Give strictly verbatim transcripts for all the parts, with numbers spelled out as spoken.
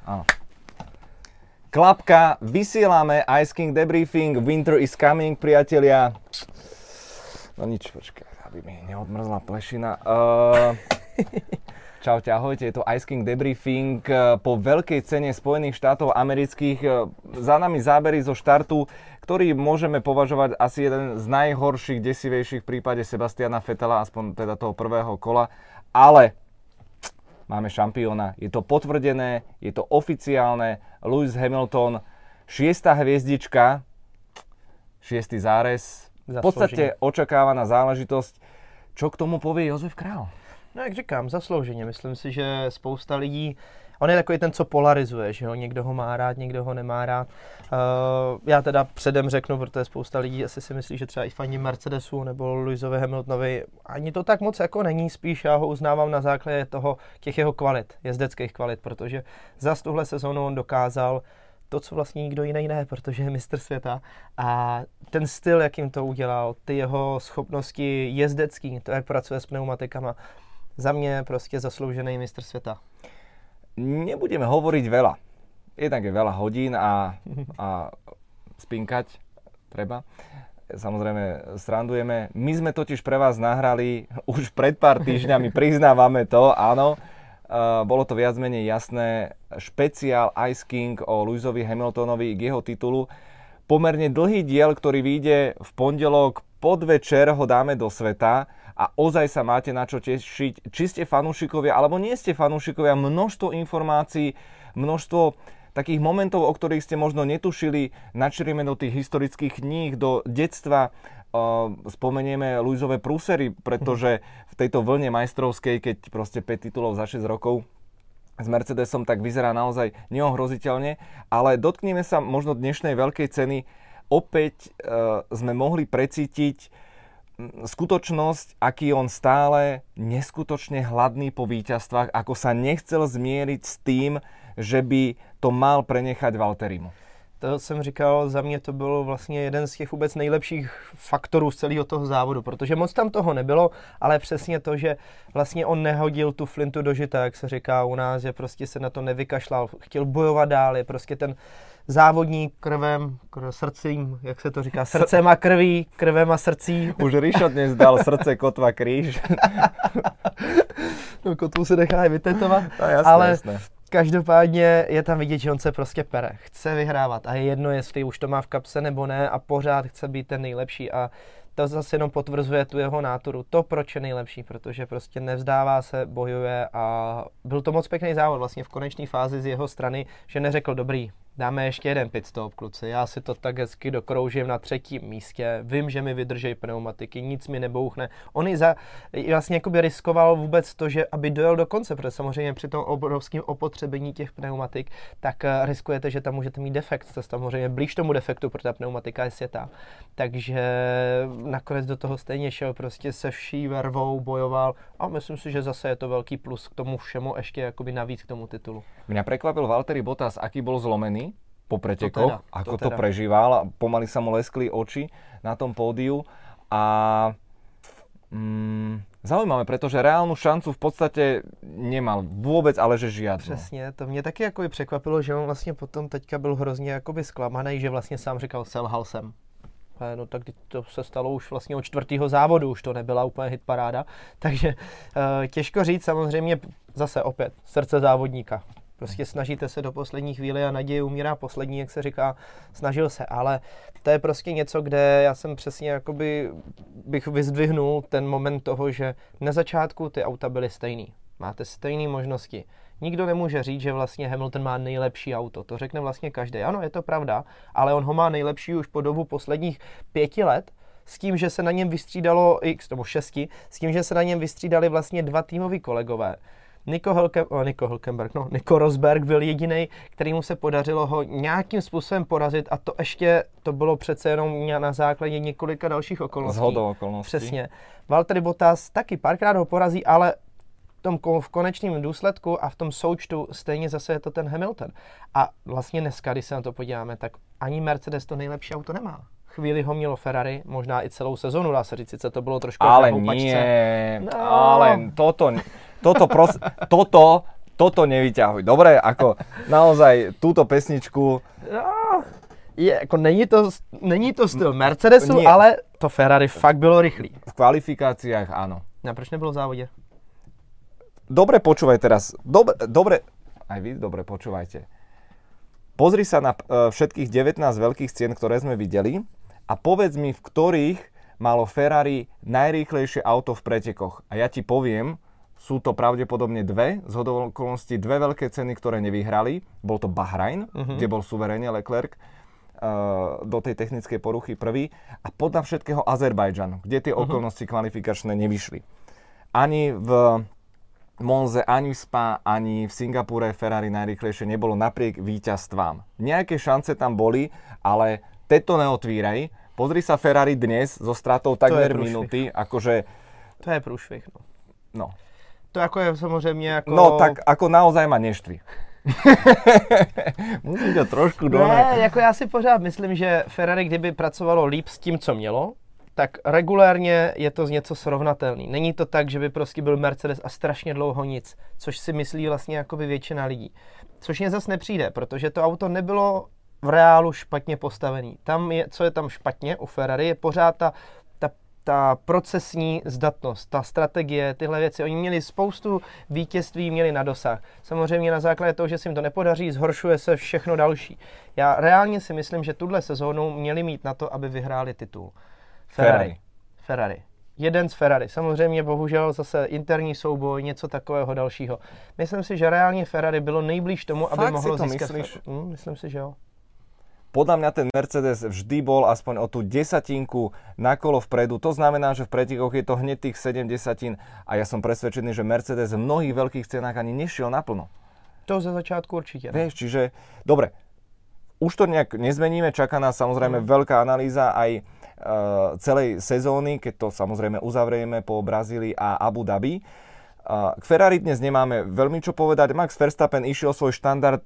áno. Klapka, vysielame Ice King debriefing, winter is coming, priatelia. No nič, počkaj, aby mi neodmrzla plešina. Uh, čaute, ahojte, je to Ice King debriefing po veľkej cene Spojených štátov amerických. Za nami zábery zo štartu, ktorý môžeme považovať asi jeden z najhorších, desivejších v prípade Sebastiana Vettela, aspoň teda toho prvého kola. Ale máme šampióna, je to potvrdené, je to oficiálne, Lewis Hamilton, šiesta hviezdička, šiestý zárez, v podstate očakávaná záležitosť. Čo k tomu povie Josef Král? No jak říkám, zaslouženě, myslím si, že spousta lidí, on je takový ten, co polarizuje, že jo, někdo ho má rád, někdo ho nemá rád. Uh, já teda předem řeknu, protože spousta lidí asi si myslí, že třeba i fandí Mercedesu nebo Lewisovi Hamiltonovi, ani to tak moc jako není, spíš já ho uznávám na základě toho, těch jeho kvalit, jezdeckých kvalit, protože zas tuhle sezónu on dokázal to, co vlastně nikdo jiný ne, protože je mistr světa a ten styl, jakým to udělal, ty jeho schopnosti jezdecký, to, jak pracuje s pneumatikama, za mě prostě zasloužený mistr světa. Nebudeme hovoriť veľa. Jednak je veľa hodín a, a spinkať treba. Samozrejme, srandujeme. My sme totiž pre vás nahrali už pred pár týždňami, priznávame to, áno. Uh, bolo to viac menej jasné. Špeciál Ice King o Lewisovi Hamiltonovi k jeho titulu. Pomerne dlhý diel, ktorý vyjde v pondelok podvečer, ho dáme do sveta. A ozaj sa máte na čo tešiť, či ste fanúšikovia, alebo nie ste fanúšikovia, množstvo informácií, množstvo takých momentov, o ktorých ste možno netušili, načrieme do tých historických kníh, do detstva, uh, spomenieme Lewisové prúsery, pretože v tejto vlne majstrovskej, keď proste päť titulov za šesť rokov s Mercedesom, tak vyzerá naozaj neohroziteľne, ale dotkneme sa možno dnešnej veľkej ceny. Opäť uh, sme mohli precítiť skutočnosť, aký on stále neskutočne hladný po víťazstvách, ako sa nechcel zmieriť s tým, že by to mal prenechať Valtterimu. To jsem říkal, za mě to bylo vlastně jeden z těch vůbec nejlepších faktorů z celého toho závodu, protože moc tam toho nebylo, ale přesně to, že vlastně on nehodil tu flintu do žita, jak se říká u nás, že prostě se na to nevykašlal, chtěl bojovat dál, je prostě ten závodník krvem, krv, srdcím, jak se to říká, srdcem a krví, krvem a srdcí. Už Rišo dnes dal srdce, kotva, kríž. No, kotvu se nechá i vytetovat, no, jasné, ale jasné. Každopádně je tam vidět, že on se prostě pere, chce vyhrávat a je jedno, jestli už to má v kapse nebo ne a pořád chce být ten nejlepší a to zase jenom potvrzuje tu jeho náturu, to proč je nejlepší, protože prostě nevzdává se, bojuje a byl to moc pěkný závod vlastně v konečné fázi z jeho strany, že neřekl dobrý, dáme ještě jeden pit stop, kluci, já si to tak hezky dokroužím na třetím místě, vím, že mi vydrží pneumatiky, nic mi nebouchne. On i za, vlastně jakoby riskoval vůbec to, že aby dojel do konce, protože samozřejmě při tom obrovském opotřebení těch pneumatik, tak riskujete, že tam můžete mít defekt, jste samozřejmě blíž tomu defektu, protože ta pneumatika je světá. Takže nakonec do toho stejně šel, prostě se vší vervou bojoval a myslím si, že zase je to velký plus k tomu všemu, ještě jakoby navíc k tomu titulu. Mňa prekvapil Valtteri Bottas, aký bol zlomený po pretekoch, to teda, ako to, to teda. prežíval, pomaly sa mu leskli oči na tom pódiu a mm, zaujímavé, pretože reálnu šancu v podstate nemal vôbec, ale že žiadnu. Přesně, to mě taky jako překvapilo, že on vlastně potom teďka byl hrozně jakoby zklamaný, že vlastně sám říkal, selhal jsem. No tak to se stalo už vlastně od čtvrtého závodu, už to nebyla úplně hitparáda, takže uh, těžko říct, samozřejmě zase opět srdce závodníka. Prostě snažíte se do poslední chvíli a naděje umírá poslední, jak se říká, snažil se, ale to je prostě něco, kde já jsem přesně jakoby bych vyzdvihnul ten moment toho, že na začátku ty auta byly stejný. Máte stejné možnosti. Nikdo nemůže říct, že vlastně Hamilton má nejlepší auto. To řekne vlastně každý. Ano, je to pravda, ale on ho má nejlepší už po dobu posledních pěti let, s tím, že se na něm vystřídalo x, nebo šesti, s tím, že se na něm vystřídali vlastně dva týmoví kolegové. Nico, Hülke, oh, Nico Hülkenberg, no, Nico Rosberg byl jediný, kterýmu se podařilo ho nějakým způsobem porazit a to ještě, to bylo přece jenom na základě několika dalších okolností. Shodou okolností. Přesně. Valtteri Bottas taky párkrát ho porazí, ale tom v konečném důsledku a v tom součtu stejně zase je to ten Hamilton. A vlastně dneska, když se na to podíváme, tak ani Mercedes to nejlepší auto nemá. Chvíli ho mělo Ferrari, možná i celou sezonu, dá se říct, sice to bylo trošku ale v houpačce. nie, No. ale toto, toto, pros, toto toto nevyťahuj. Dobre, ako naozaj túto pesničku... No, je, jako není to, není to styl Mercedesu, Nie. ale to Ferrari fakt bylo rychlý. V kvalifikáciách áno. A proč nebylo v závodě? Dobre počúvaj teraz. Dobre, dobre, aj vy dobre počúvajte. Pozri sa na uh, všetkých devätnásť veľkých cien, ktoré sme videli a povedz mi, v ktorých malo Ferrari najrýchlejšie auto v pretekoch. A ja ti poviem, sú to pravdepodobne dve, z hodou okolností dve veľké ceny, ktoré nevyhrali. Bol to Bahrajn, uh-huh. kde bol suverénne Leclerc uh, do tej technickej poruchy prvý. A podľa všetkého Azerbajdžan, kde tie uh-huh. okolnosti kvalifikačné nevyšli. Ani v Monze, ani v Spa, ani v Singapúre Ferrari najrýchlejšie nebolo napriek víťazstvám. Nejaké šance tam boli, ale teď to neotvíraj. Pozri sa Ferrari dnes so stratou takmer minúty, akože... To je průšvih, no. No. To jako je samozřejmě jako... No tak ako naozaj ma neštví. Musím ťa trošku dole. Ne, jako já si pořád myslím, že Ferrari, kdyby pracovalo líp s tím, co mělo, tak regulérně je to z něco srovnatelný. Není to tak, že by prostě byl Mercedes a strašně dlouho nic, což si myslí vlastně jakoby většina lidí. Což mě zase nepřijde, protože to auto nebylo v reálu špatně postavený. Tam je, co je tam špatně u Ferrari, je pořád ta ta procesní zdatnost, ta strategie, tyhle věci. Oni měli spoustu vítězství, měli na dosah. Samozřejmě na základě toho, že se jim to nepodaří, zhoršuje se všechno další. Já reálně si myslím, že tuhle sezónu měli mít na to, aby vyhráli titul. Ferrari. Ferrari. Ferrari. Jeden z Ferrari. Samozřejmě bohužel zase interní souboj, něco takového dalšího. Myslím si, že reálně Ferrari bylo nejblíž tomu, aby Fakt mohlo si to získat. Myslíš? Hm, myslím si, že jo. Podľa mňa ten Mercedes vždy bol aspoň o tú desatinku na kolo vpredu. To znamená, že v pretekoch je to hneď tých sedem desatín a ja som presvedčený, že Mercedes v mnohých veľkých cenách ani nešiel naplno. To ze začátku určite. Vieš, čiže, dobre, už to nejak nezmeníme, čaká nás samozrejme mm. veľká analýza aj uh, celej sezóny, keď to samozrejme uzavrieme po Brazílii a Abu Dhabi. K Ferrari dnes nemáme veľmi čo povedať. Max Verstappen išiel svoj štandard,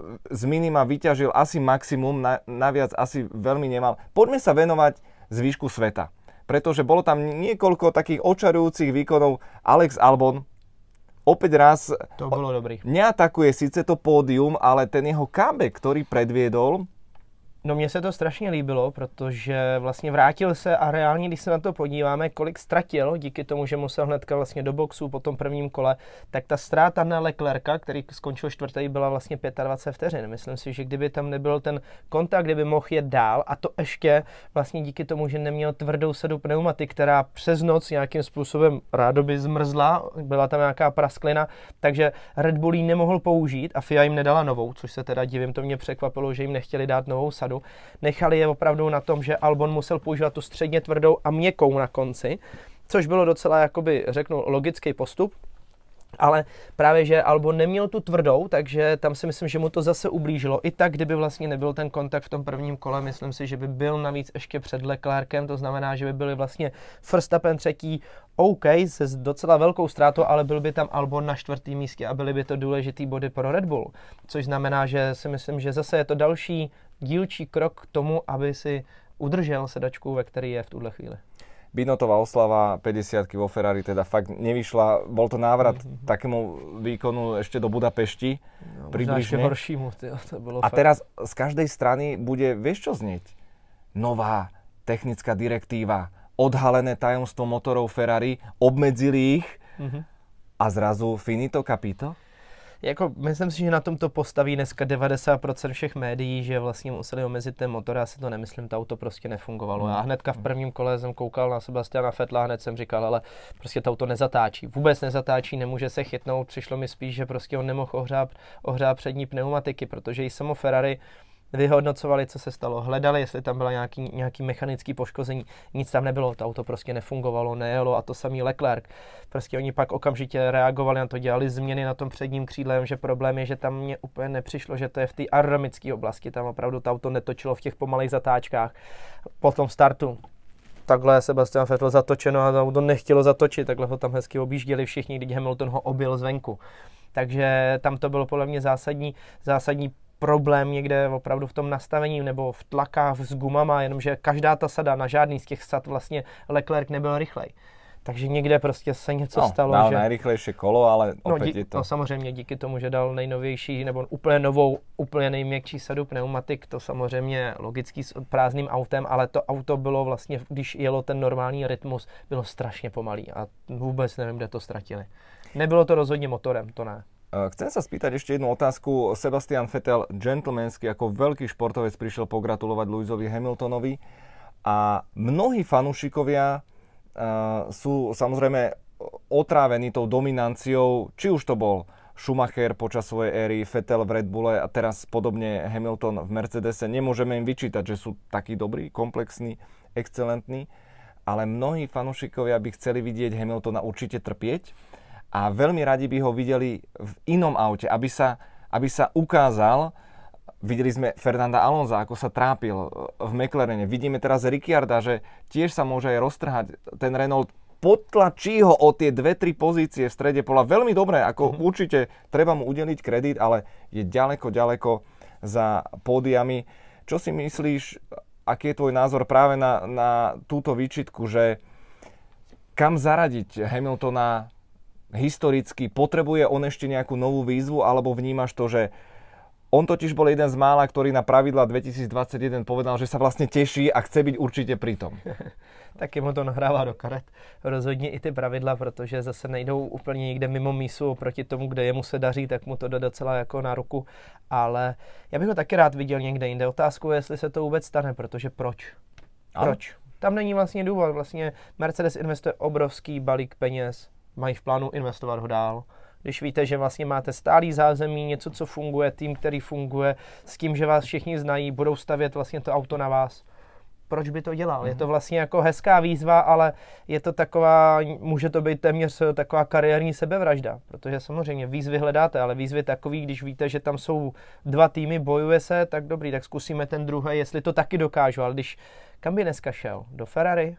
z minima vyťažil asi maximum, na, naviac asi veľmi nemal. Poďme sa venovať zvyšku sveta, pretože bolo tam niekoľko takých očarujúcich výkonov. Alex Albon opäť raz to bolo dobrý. Neatakuje síce to pódium, ale ten jeho comeback, ktorý predviedol. No mně se to strašně líbilo, protože vlastně vrátil se a reálně, když se na to podíváme, kolik ztratil díky tomu, že musel hnedka vlastně do boxu po tom prvním kole, tak ta ztráta na Leclerca, který skončil čtvrtý, byla vlastně dvacet pět vteřin. Myslím si, že kdyby tam nebyl ten kontakt, kdyby mohl jet dál, a to ještě vlastně díky tomu, že neměl tvrdou sadu pneumatik, která přes noc nějakým způsobem rádoby zmrzla, byla tam nějaká prasklina, takže Red Bull ji nemohl použít a F I A jim nedala novou, což se teda divím, to mě překvapilo, že jim nechtěli dát novou sadu. Nechali je opravdu na tom, že Albon musel používat tu středně tvrdou a měkkou na konci, což bylo docela, jakoby řeknu, logický postup. Ale právě, že Albon neměl tu tvrdou, takže tam si myslím, že mu to zase ublížilo. I tak, kdyby vlastně nebyl ten kontakt v tom prvním kole, myslím si, že by byl navíc ještě před Leclercem, to znamená, že by byli vlastně Verstappen třetí, OK, se docela velkou ztrátou, ale byl by tam Albon na čtvrtém místě a byly by to důležitý body pro Red Bull. Což znamená, že si myslím, že zase je to další dílčí krok k tomu, aby si udržel sedačku, ve který je v tuhle chvíli. Binotová oslava päťdesiatky vo Ferrari teda fakt nevyšla. Bol to návrat mm-hmm. takému výkonu ešte do Budapešti. No, približne. Horšímu, tyjo, to bolo a fakt. teraz z každej strany bude, vieš čo znieť? Nová technická direktíva, odhalené tajomstvo motorov Ferrari, obmedzili ich mm-hmm. a zrazu finito capito? Jako, myslím si, že na tom to postaví dneska devadesát procent všech médií, že vlastně museli omezit ten motor, já si to nemyslím, to auto prostě nefungovalo. Mm. Já hnedka v prvním kole jsem koukal na Sebastiana Vettela, hned jsem říkal, ale prostě to auto nezatáčí, vůbec nezatáčí, nemůže se chytnout, přišlo mi spíš, že prostě on nemohl ohřát, ohřát přední pneumatiky, protože i samo Ferrari vyhodnocovali, co se stalo, hledali, jestli tam byla nějaký, nějaký mechanický poškození, nic tam nebylo, to auto prostě nefungovalo, nejelo a to samý Leclerc. Prostě oni pak okamžitě reagovali na to, dělali změny na tom předním křídle, že problém je, že tam mě úplně nepřišlo, že to je v té aerodynamické oblasti, tam opravdu to auto netočilo v těch pomalých zatáčkách. Po tom startu takhle Sebastian Vettel zatočeno a to auto nechtělo zatočit, takhle ho tam hezky objížděli všichni, když Hamilton ho objel zvenku. Takže tam to bylo podle mě zásadní, zásadní problém někde opravdu v tom nastavení nebo v tlakách s gumama, jenomže každá ta sada, na žádný z těch sad vlastně Leclerc nebyl rychlej. Takže někde prostě se něco no, stalo, dal že... najrychlejšie kolo, ale no, opět dí... je to... No samozřejmě díky tomu, že dal nejnovější, nebo úplně novou, úplně nejměkčí sadu pneumatik, to samozřejmě logický s prázdným autem, ale to auto bylo vlastně, když jelo ten normální rytmus, bylo strašně pomalý a vůbec nevím, kde to ztratili. Nebylo to rozhodně motorem, to ne. Chcem sa spýtať ešte jednu otázku. Sebastian Vettel gentlemansky ako veľký športovec prišiel pogratulovať Lewisovi Hamiltonovi a mnohí fanúšikovia uh, sú samozrejme otrávení tou dominanciou, či už to bol Schumacher počas svojej éry, Vettel v Red Bulle a teraz podobne Hamilton v Mercedese. Nemôžeme im vyčítať, že sú takí dobrí, komplexní, excelentní, ale mnohí fanúšikovia by chceli vidieť Hamiltona určite trpieť a veľmi radi by ho videli v inom aute, aby sa, aby sa ukázal. Videli sme Fernanda Alonsa, ako sa trápil v McLarene. Vidíme teraz Ricciarda, že tiež sa môže aj roztrhať. Ten Renault potlačí ho o tie dve tri pozície v strede pola. Veľmi dobré, ako mm-hmm. určite treba mu udeliť kredit, ale je ďaleko, ďaleko za pódiami. Čo si myslíš, aký je tvoj názor práve na, na túto výčitku, že kam zaradiť Hamiltona historicky, potrebuje on ešte nejakú novú výzvu, alebo vnímaš to, že on totiž bol jeden z mála, ktorý na pravidla dvetisícdvadsaťjeden povedal, že sa vlastne teší a chce byť určite pri tom. Taky mu to nahrává do karet. Rozhodně i ty pravidla, protože zase nejdou úplně někde mimo mísu oproti tomu, kde jemu se daří, tak mu to jde docela jako na ruku. Ale já bych ho taky rád viděl někde jinde. Otázkou je, jestli se to vůbec stane, protože proč? Proč? Tam není vlastně důvod. Vlastně Mercedes investuje obrovský balík peněz, mají v plánu investovat ho dál. Když víte, že vlastně máte stálý zázemí, něco, co funguje, tým, který funguje, s tím, že vás všichni znají, budou stavět vlastně to auto na vás. Proč by to dělal? Je to vlastně jako hezká výzva, ale je to taková, může to být téměř taková kariérní sebevražda, protože samozřejmě výzvy hledáte, ale výzvy takový, když víte, že tam jsou dva týmy, bojuje se, tak dobrý, tak zkusíme ten druhý, jestli to taky dokážu, ale když, kam by dneska šel? Do Ferrari?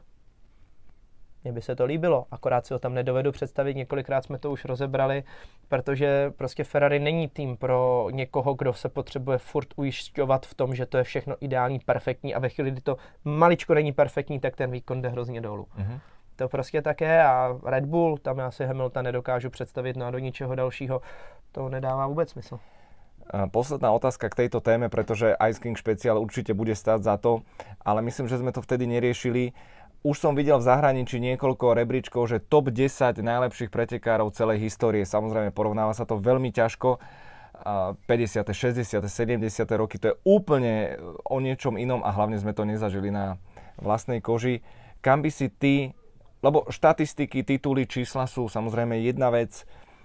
Mně by se to líbilo, akorát si ho tam nedovedu představit, několikrát jsme to už rozebrali, protože prostě Ferrari není tým pro někoho, kdo se potřebuje furt ujišťovat v tom, že to je všechno ideální, perfektní a ve chvíli, kdy to maličko není perfektní, tak ten výkon jde hrozně dolů. Mm-hmm. To prostě tak je a Red Bull, tam já si Hamiltona nedokážu představit, no a do ničeho dalšího to nedává vůbec smysl. Posledná otázka k tejto téme, pretože Ice King špeciál určite bude stáť za to, ale myslím, že sme to vtedy neriešili. Už som videl v zahraničí niekoľko rebríčkov, že top desať najlepších pretekárov celej histórie. Samozrejme, porovnáva sa to veľmi ťažko. päťdesiate, šesťdesiate, sedemdesiate roky, to je úplne o niečom inom a hlavne sme to nezažili na vlastnej koži. Kam by si ty, lebo štatistiky, tituly, čísla sú samozrejme jedna vec,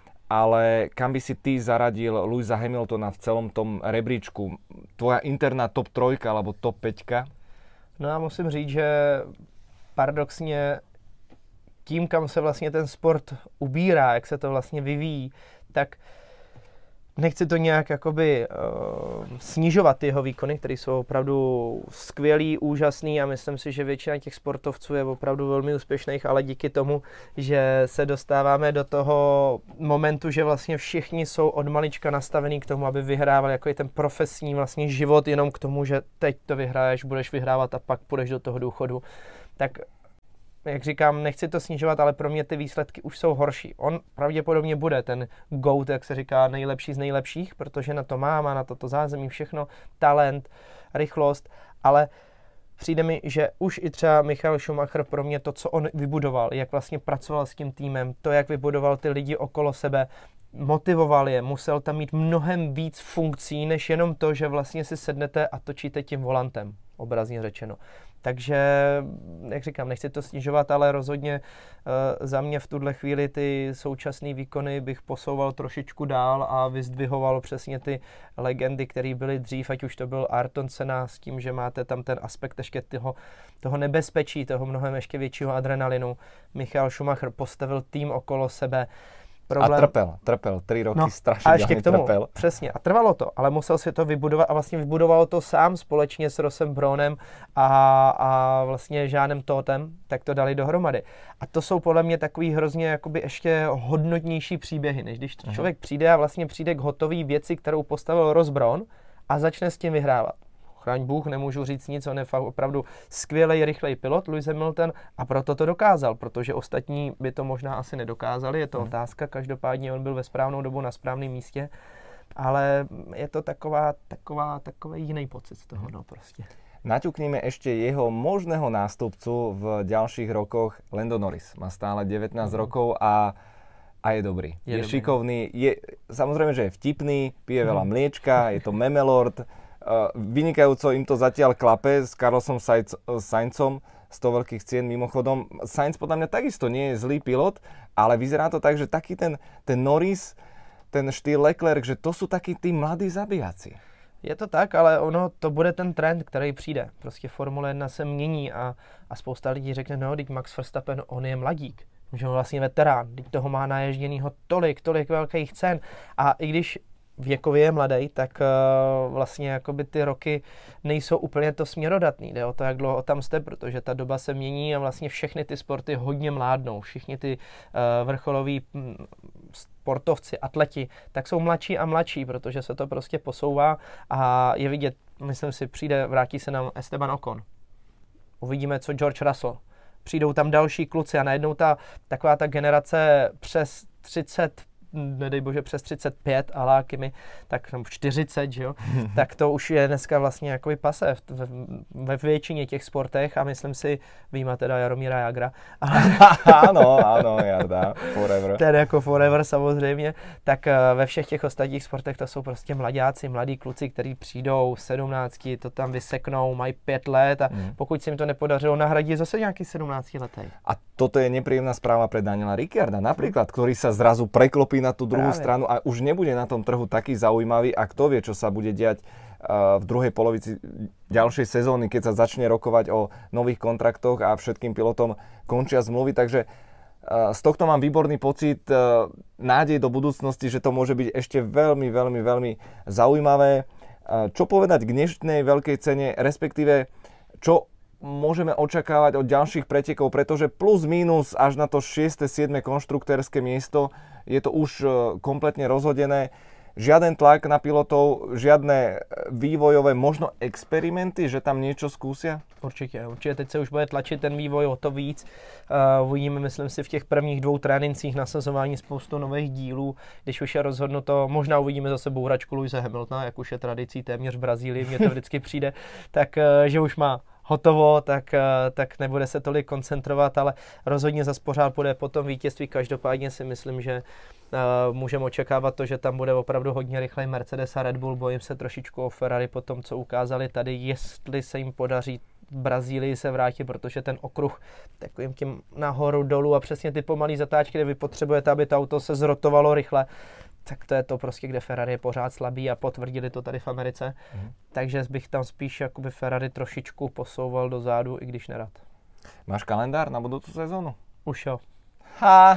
ale kam by si ty zaradil Lewisa Hamiltona v celom tom rebríčku? Tvoja interná top trojka alebo top päťka? No já musím říct, že paradoxně tím, kam se vlastně ten sport ubírá, jak se to vlastně vyvíjí, tak nechci to nějak jakoby uh, snižovat jeho výkony, které jsou opravdu skvělý, úžasný a myslím si, že většina těch sportovců je opravdu velmi úspěšných, ale díky tomu, že se dostáváme do toho momentu, že vlastně všichni jsou od malička nastavení k tomu, aby vyhrávali jako je ten profesní vlastně život jenom k tomu, že teď to vyhraješ, budeš vyhrávat a pak půjdeš do toho důchodu, tak jak říkám, nechci to snižovat, ale pro mě ty výsledky už jsou horší. On pravděpodobně bude ten GOAT, jak se říká, nejlepší z nejlepších, protože na to má, má na to to zázemí, všechno, talent, rychlost, ale přijde mi, že už i třeba Michael Schumacher pro mě to, co on vybudoval, jak vlastně pracoval s tím týmem, to, jak vybudoval ty lidi okolo sebe, motivoval je, musel tam mít mnohem víc funkcí, než jenom to, že vlastně si sednete a točíte tím volantem, obrazně řečeno. Takže, jak říkám, nechci to snižovat, ale rozhodně uh, za mě v tuhle chvíli ty současné výkony bych posouval trošičku dál a vyzdvihoval přesně ty legendy, které byly dřív, ať už to byl Ayrton Senna s tím, že máte tam ten aspekt ještě toho, toho nebezpečí, toho mnohem ještě většího adrenalinu. Michael Schumacher postavil tým okolo sebe. Problém... A trpel, trpel, tři roky no, strašidelně trpel. Přesně, a trvalo to, ale musel si to vybudovat a vlastně vybudoval to sám společně s Rossem Brownem a, a vlastně Jeanem Tottem, tak to dali dohromady. A to jsou podle mě takový hrozně jakoby ještě hodnotnější příběhy, než když Aha. člověk přijde a vlastně přijde k hotový věci, kterou postavil Ross Brown a začne s tím vyhrávat. chraň Bůh, nemůžu říct nic, on je fakt opravdu skvělej, rychlej pilot, Lewis Hamilton, a proto to dokázal, protože ostatní by to možná asi nedokázali, je to hmm. otázka, každopádně on byl ve správnou dobu na správném místě, ale je to taková, taková, takový jiný pocit z toho, no prostě. Naťuknime ešte jeho možného nástupcu v ďalších rokoch. Lando Norris má stále devätnásť mm. rokov a, a je dobrý. Je, je dobrý. Šikovný, je, samozrejme, že je vtipný, pije veľa mliečka, je to memelord. Uh, vynikajúco im to zatiaľ klape s Carlosom Saincom, sto veľkých cien mimochodom. Sainz podľa mňa takisto nie je zlý pilot, ale vyzerá to tak, že taký ten, ten Norris, ten štýl Leclerc, že to sú takí tí mladí zabijáci. Je to tak, ale ono, to bude ten trend, který přijde. Prostě Formule jedna se mění a, a spousta lidí řekne, no, teď Max Verstappen, on je mladík, že on vlastně veterán, teď toho má naježděnýho tolik, tolik velkých cen. A i když věkově je mladý, tak uh, vlastně jakoby ty roky nejsou úplně to směrodatný. Jde o to, jak dlouho tam jste, protože ta doba se mění a vlastně všechny ty sporty hodně mládnou. Všichni ty uh, vrcholoví hm, sportovci, atleti, tak jsou mladší a mladší, protože se to prostě posouvá a je vidět, myslím si, přijde, vrátí se nám Esteban Ocon. Uvidíme, co George Russell. Přijdou tam další kluci a najednou ta taková ta generace přes třicet, nedej bože přes třicet pět, alá Kimi, tak čtyřicet, že jo, tak to už je dneska vlastně jakoby pase ve, ve většině těch sportech a myslím si, výjima teda Jaromíra Jágra. Ano, ano, Jarda, forever. Ten jako forever samozřejmě, tak ve všech těch ostatních sportech to jsou prostě mladáci, mladí kluci, kteří přijdou sedmnácti, to tam vyseknou, mají pět let a mm. pokud se jim to nepodařilo, nahradí zase nějaký sedmnáctiletý. A toto je nepríjemná správa pre Daniela Ricciarda, napríklad, ktorý sa zrazu preklopí na tú druhú Práve. stranu a už nebude na tom trhu taký zaujímavý a kto vie, čo sa bude diať uh, v druhej polovici ďalšej sezóny, keď sa začne rokovať o nových kontraktoch a všetkým pilotom končia zmluvy, takže uh, z tohto mám výborný pocit, uh, nádej do budúcnosti, že to môže byť ešte veľmi, veľmi, veľmi zaujímavé. Uh, čo povedať k dnešnej veľkej cene, respektíve čo môžeme očakávať od ďalších pretekov, pretože plus minus až na to šieste siedme konštruktérske miesto je to už kompletne rozhodené. Žiaden tlak na pilotov, žiadne vývojové, možno experimenty, že tam niečo skúsia? Určitě, určitě teď se už bude tlačit ten vývoj o to víc. Uh, uvidíme, myslím si, v těch prvních dvou trénincích nasazování spoustu nových dílů, když už je rozhodnuto, možná uvidíme zase bouračku Lewise Hamiltona, jak už je tradicí téměř v Brazílii, mně to vždycky přijde, tak uh, že už má hotovo, tak, tak nebude se tolik koncentrovat, ale rozhodně zas pořád bude po tom vítězství. Každopádně si myslím, že uh, můžeme očekávat to, že tam bude opravdu hodně rychlej Mercedes a Red Bull. Bojím se trošičku o Ferrari po tom, co ukázali tady, jestli se jim podaří v Brazílii se vrátit, protože ten okruh takovým tím nahoru, dolů a přesně ty pomalý zatáčky, kde vy potřebujete, aby to auto se zrotovalo rychle, tak to je to prostě, kde Ferrari je pořád slabý a potvrdili to tady v Americe. Mm. Takže bych tam spíš jakoby Ferrari trošičku posouval dozadu, i když nerad. Máš kalendár na budúcu sezónu? Už jo. Ha!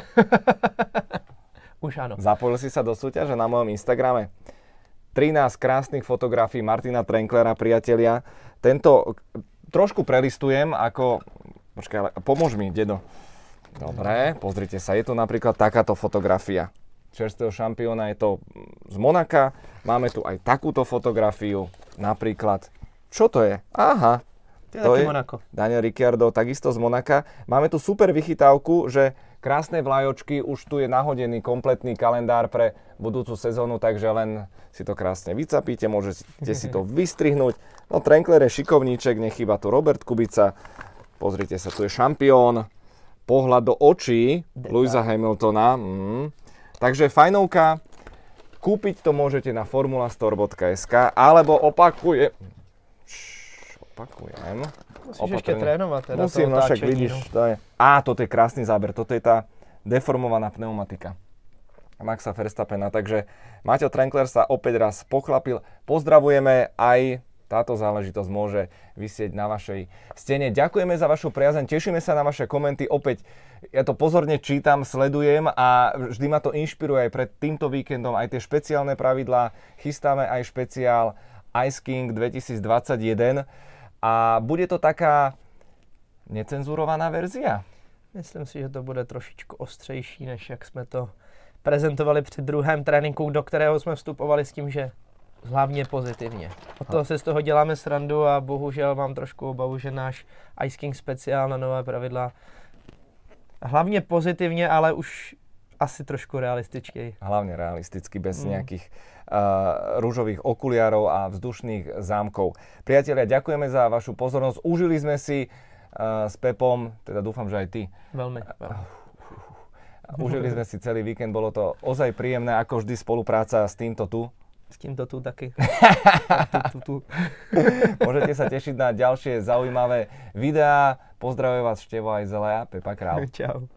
Už áno. Zapojil si sa do súťaže na mojom Instagrame. trinásť krásnych fotografií Martina Trenklera, priatelia. Tento trošku prelistujem, ako... Počkaj, ale pomôž mi, dedo. Dobre, pozrite sa, je tu napríklad takáto fotografia čerstvého šampióna, je to z Monaka. Máme tu aj takúto fotografiu, napríklad. Čo to je? Aha, to je, to je Monako. Daniel Ricciardo, takisto z Monaka. Máme tu super vychytávku, že krásne vlajočky, už tu je nahodený kompletný kalendár pre budúcu sezónu, takže len si to krásne vycapíte, môžete si to vystrihnúť. No Trenkler je šikovníček, nechýba tu Robert Kubica. Pozrite sa, tu je šampión. Pohľad do očí Lewisa Hamiltona. Mm. Takže fajnovka, kúpiť to môžete na formulastore bodka es ká, alebo opakuje... Šš, opakujem. Musíš opatrne. Ešte trénovať. Teda Musím, no však vidíš, no. To je... Á, toto je krásny záber, toto je tá deformovaná pneumatika Maxa Verstappena, takže Maťo Trenkler sa opäť raz pochlapil. Pozdravujeme, aj táto záležitosť môže visieť na vašej stene. Ďakujeme za vašu priazeň, tešíme sa na vaše komenty. Opäť ja to pozorne čítam, sledujem a vždy ma to inšpiruje aj pred týmto víkendom, aj tie špeciálne pravidlá. Chystáme aj špeciál Ice King dvetisícdvadsaťjeden a bude to taká necenzurovaná verzia. Myslím si, že to bude trošičku ostřejší, než jak jsme to prezentovali při druhém tréninku, do kterého jsme vstupovali s tím, že hlavně pozitivně. Od toho se z toho děláme srandu a bohužel mám trošku obavu, že náš Ice King speciál na nové pravidla hlavně pozitivně, ale už asi trošku realističtěji. Hlavne realisticky, bez mm. nejakých uh, rúžových okuliarov a vzdušných zámkov. Priatelia, ďakujeme za vašu pozornosť. Užili sme si uh, s Pepom, teda dúfam, že aj ty. Veľmi. veľmi. Užili sme si celý víkend, bolo to ozaj príjemné, ako vždy spolupráca s týmto tu. S týmto tu taky. tu, tu, tu. Môžete sa tešiť na ďalšie zaujímavé videá. Pozdravuje vás Števo aj Zelea, Pepa Král. Čau.